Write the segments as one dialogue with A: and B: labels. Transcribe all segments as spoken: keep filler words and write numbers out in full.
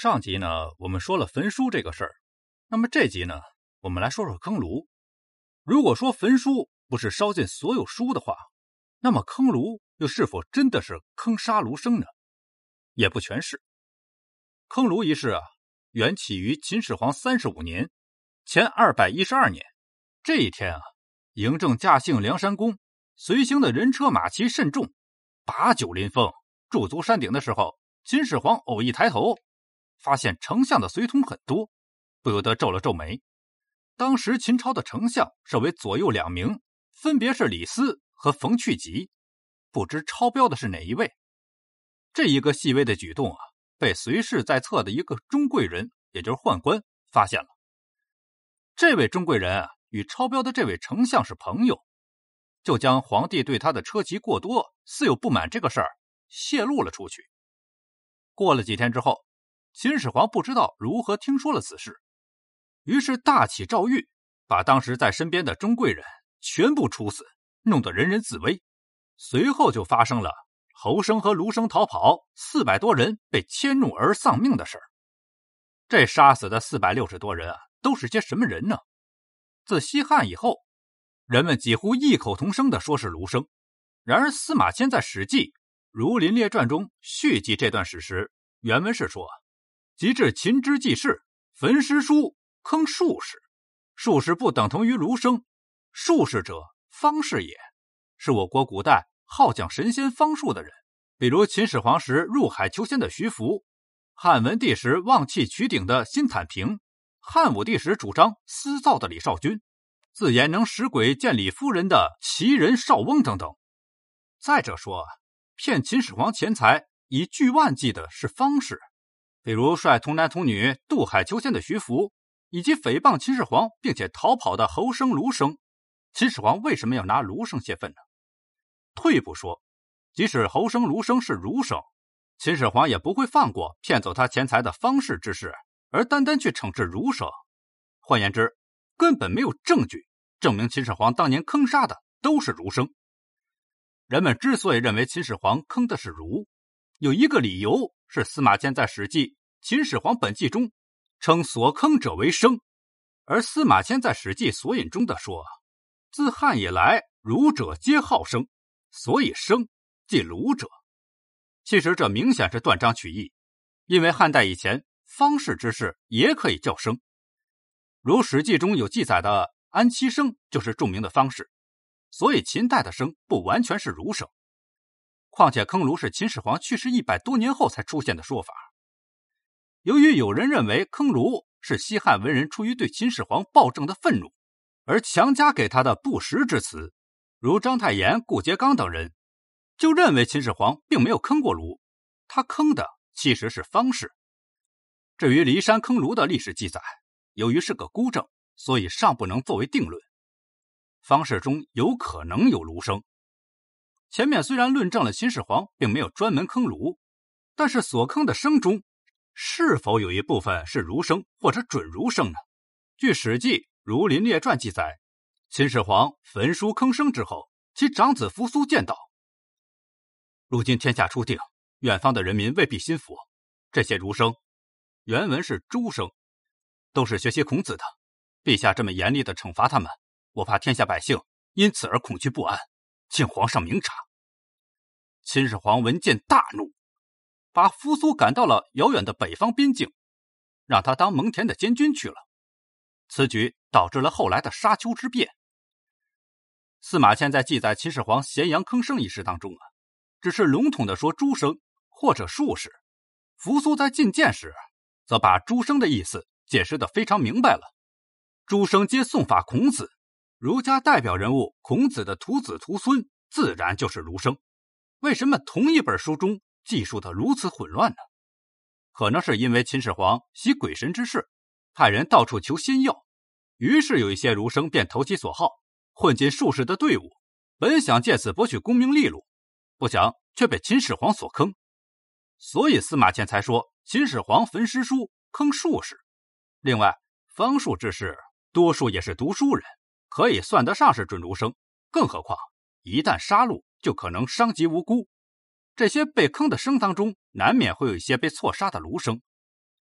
A: 上集呢，我们说了焚书这个事儿，那么这集呢，我们来说说坑儒。如果说焚书不是烧尽所有书的话，那么坑儒又是否真的是坑杀儒生呢？也不全是。坑儒一事啊，缘起于秦始皇三十五年，前二百一十二年。这一天啊，嬴政驾幸梁山宫，随行的人车马骑甚众，把酒临风，驻足山顶的时候，秦始皇偶一抬头，发现丞相的随从很多，不由得皱了皱眉。当时秦朝的丞相设为左右两名，分别是李斯和冯去疾，不知超标的是哪一位。这一个细微的举动啊，被随侍在侧的一个中贵人，也就是宦官发现了。这位中贵人啊，与超标的这位丞相是朋友，就将皇帝对他的车骑过多似有不满这个事儿泄露了出去。过了几天之后，秦始皇不知道如何听说了此事，于是大起诏狱，把当时在身边的中贵人全部处死，弄得人人自危。随后就发生了侯生和卢生逃跑，四百多人被迁怒而丧命的事儿。这杀死的四百六十多人啊，都是些什么人呢？自西汉以后，人们几乎异口同声地说是卢生。然而司马迁在《史记·儒林列传》中续记这段史实，原文是说：及至秦之纪事，焚诗书，坑术士。术士不等同于儒生，术士者方士也，是我国古代好讲神仙方术的人，比如秦始皇时入海求仙的徐福，汉文帝时望气取鼎的辛坦平，汉武帝时主张私造的李少君，自言能使鬼见李夫人的奇人邵翁等等。再者说，骗秦始皇钱财以巨万计的是方士，比如率童男童女渡海求仙的徐福，以及诽谤秦始皇并且逃跑的侯生、卢生。秦始皇为什么要拿卢生泄愤呢？退一步说，即使侯生、卢生是儒生，秦始皇也不会放过骗走他钱财的方士之事，而单单去惩治儒生。换言之，根本没有证据证明秦始皇当年坑杀的都是儒生。人们之所以认为秦始皇坑的是儒，有一个理由是司马迁在《史记·秦始皇本纪》中称所坑者为生，而司马迁在《史记索引》中的说：自汉以来，儒者皆好生，所以生即儒者。其实这明显是断章取义，因为汉代以前方士之事也可以叫生，如《史记》中有记载的安七生就是著名的方士，所以秦代的生不完全是儒生。况且坑儒是秦始皇去世一百多年后才出现的说法。由于有人认为坑儒是西汉文人出于对秦始皇暴政的愤怒而强加给他的不实之词，如章太炎、顾颉刚等人，就认为秦始皇并没有坑过儒，他坑的其实是方士。至于骊山坑儒的历史记载，由于是个孤证，所以尚不能作为定论。方士中有可能有儒生。前面虽然论证了秦始皇并没有专门坑儒，但是所坑的生中是否有一部分是儒生或者准儒生呢？据《史记·儒林列传》记载，秦始皇焚书坑生之后，其长子扶苏见道：如今天下初定，远方的人民未必心服，这些儒生，原文是诸生，都是学习孔子的，陛下这么严厉地惩罚他们，我怕天下百姓因此而恐惧不安，请皇上明察。秦始皇闻见大怒，把扶苏赶到了遥远的北方边境，让他当蒙恬的监军去了。此举导致了后来的沙丘之变。司马迁在记载秦始皇咸阳坑生一事当中啊，只是笼统地说诸生或者术士。扶苏在进谏时，则把诸生的意思解释得非常明白了。诸生皆诵法孔子，儒家代表人物孔子的徒子徒孙自然就是儒生。为什么同一本书中记述得如此混乱呢？可能是因为秦始皇习鬼神之事，派人到处求仙药，于是有一些儒生便投其所好，混进术士的队伍，本想借此博取功名利禄，不想却被秦始皇所坑。所以司马迁才说秦始皇焚诗书，坑术士。另外，方术之士多数也是读书人，可以算得上是准儒生，更何况一旦杀戮就可能伤及无辜。这些被坑的生当中，难免会有一些被错杀的儒生。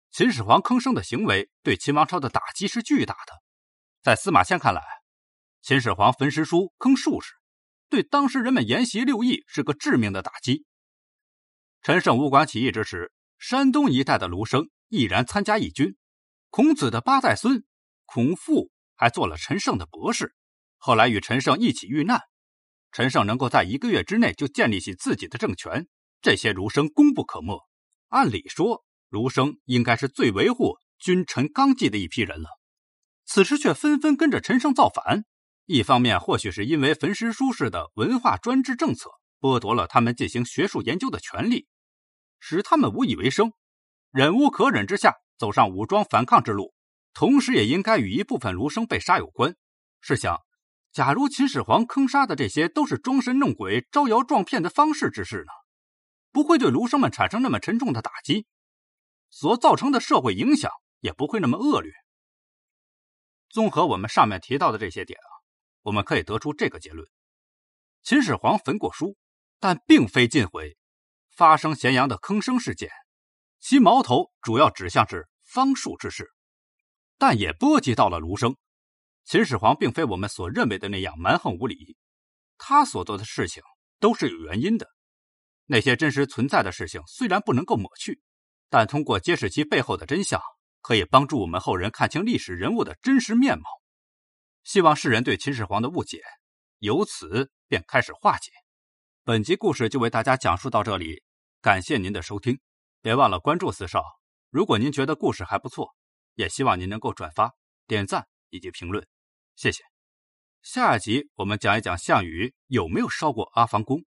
A: 秦始皇坑生的行为对秦王朝的打击是巨大的。在司马迁看来，秦始皇焚诗书坑术士，对当时人们沿袭六艺是个致命的打击。陈胜武馆起义之时，山东一带的儒生毅然参加义军，孔子的八代孙孔父还做了陈胜的博士，后来与陈胜一起遇难。陈胜能够在一个月之内就建立起自己的政权，这些儒生功不可没。按理说，儒生应该是最维护君臣纲纪的一批人了，此时却纷纷跟着陈胜造反。一方面或许是因为焚诗书式的文化专制政策剥夺了他们进行学术研究的权利，使他们无以为生，忍无可忍之下走上武装反抗之路，同时也应该与一部分儒生被杀有关。试想，假如秦始皇坑杀的这些都是装神弄鬼、招摇撞骗的方式之事呢？不会对儒生们产生那么沉重的打击，所造成的社会影响也不会那么恶劣。综合我们上面提到的这些点啊，我们可以得出这个结论：秦始皇焚过书，但并非尽毁发生咸阳的坑生事件，其矛头主要指向是方术之事，但也波及到了儒生。秦始皇并非我们所认为的那样蛮横无理，他所做的事情都是有原因的。那些真实存在的事情虽然不能够抹去，但通过揭示其背后的真相，可以帮助我们后人看清历史人物的真实面貌。希望世人对秦始皇的误解由此便开始化解。本集故事就为大家讲述到这里，感谢您的收听，别忘了关注四少。如果您觉得故事还不错，也希望您能够转发、点赞以及评论，谢谢。下一集我们讲一讲项羽有没有烧过阿房宫。